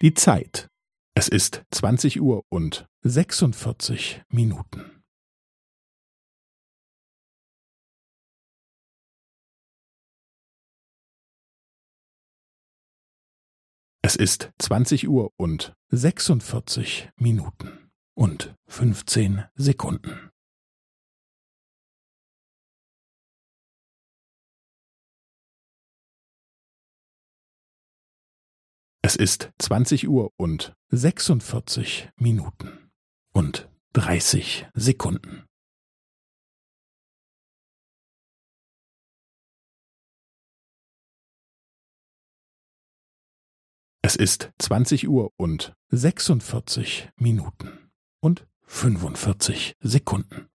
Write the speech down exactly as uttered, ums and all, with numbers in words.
Die Zeit. Es ist zwanzig Uhr und sechsundvierzig Minuten. Es ist zwanzig Uhr und sechsundvierzig Minuten und fünfzehn Sekunden. Es ist zwanzig Uhr und sechsundvierzig Minuten und dreißig Sekunden. Es ist zwanzig Uhr und sechsundvierzig Minuten und fünfundvierzig Sekunden.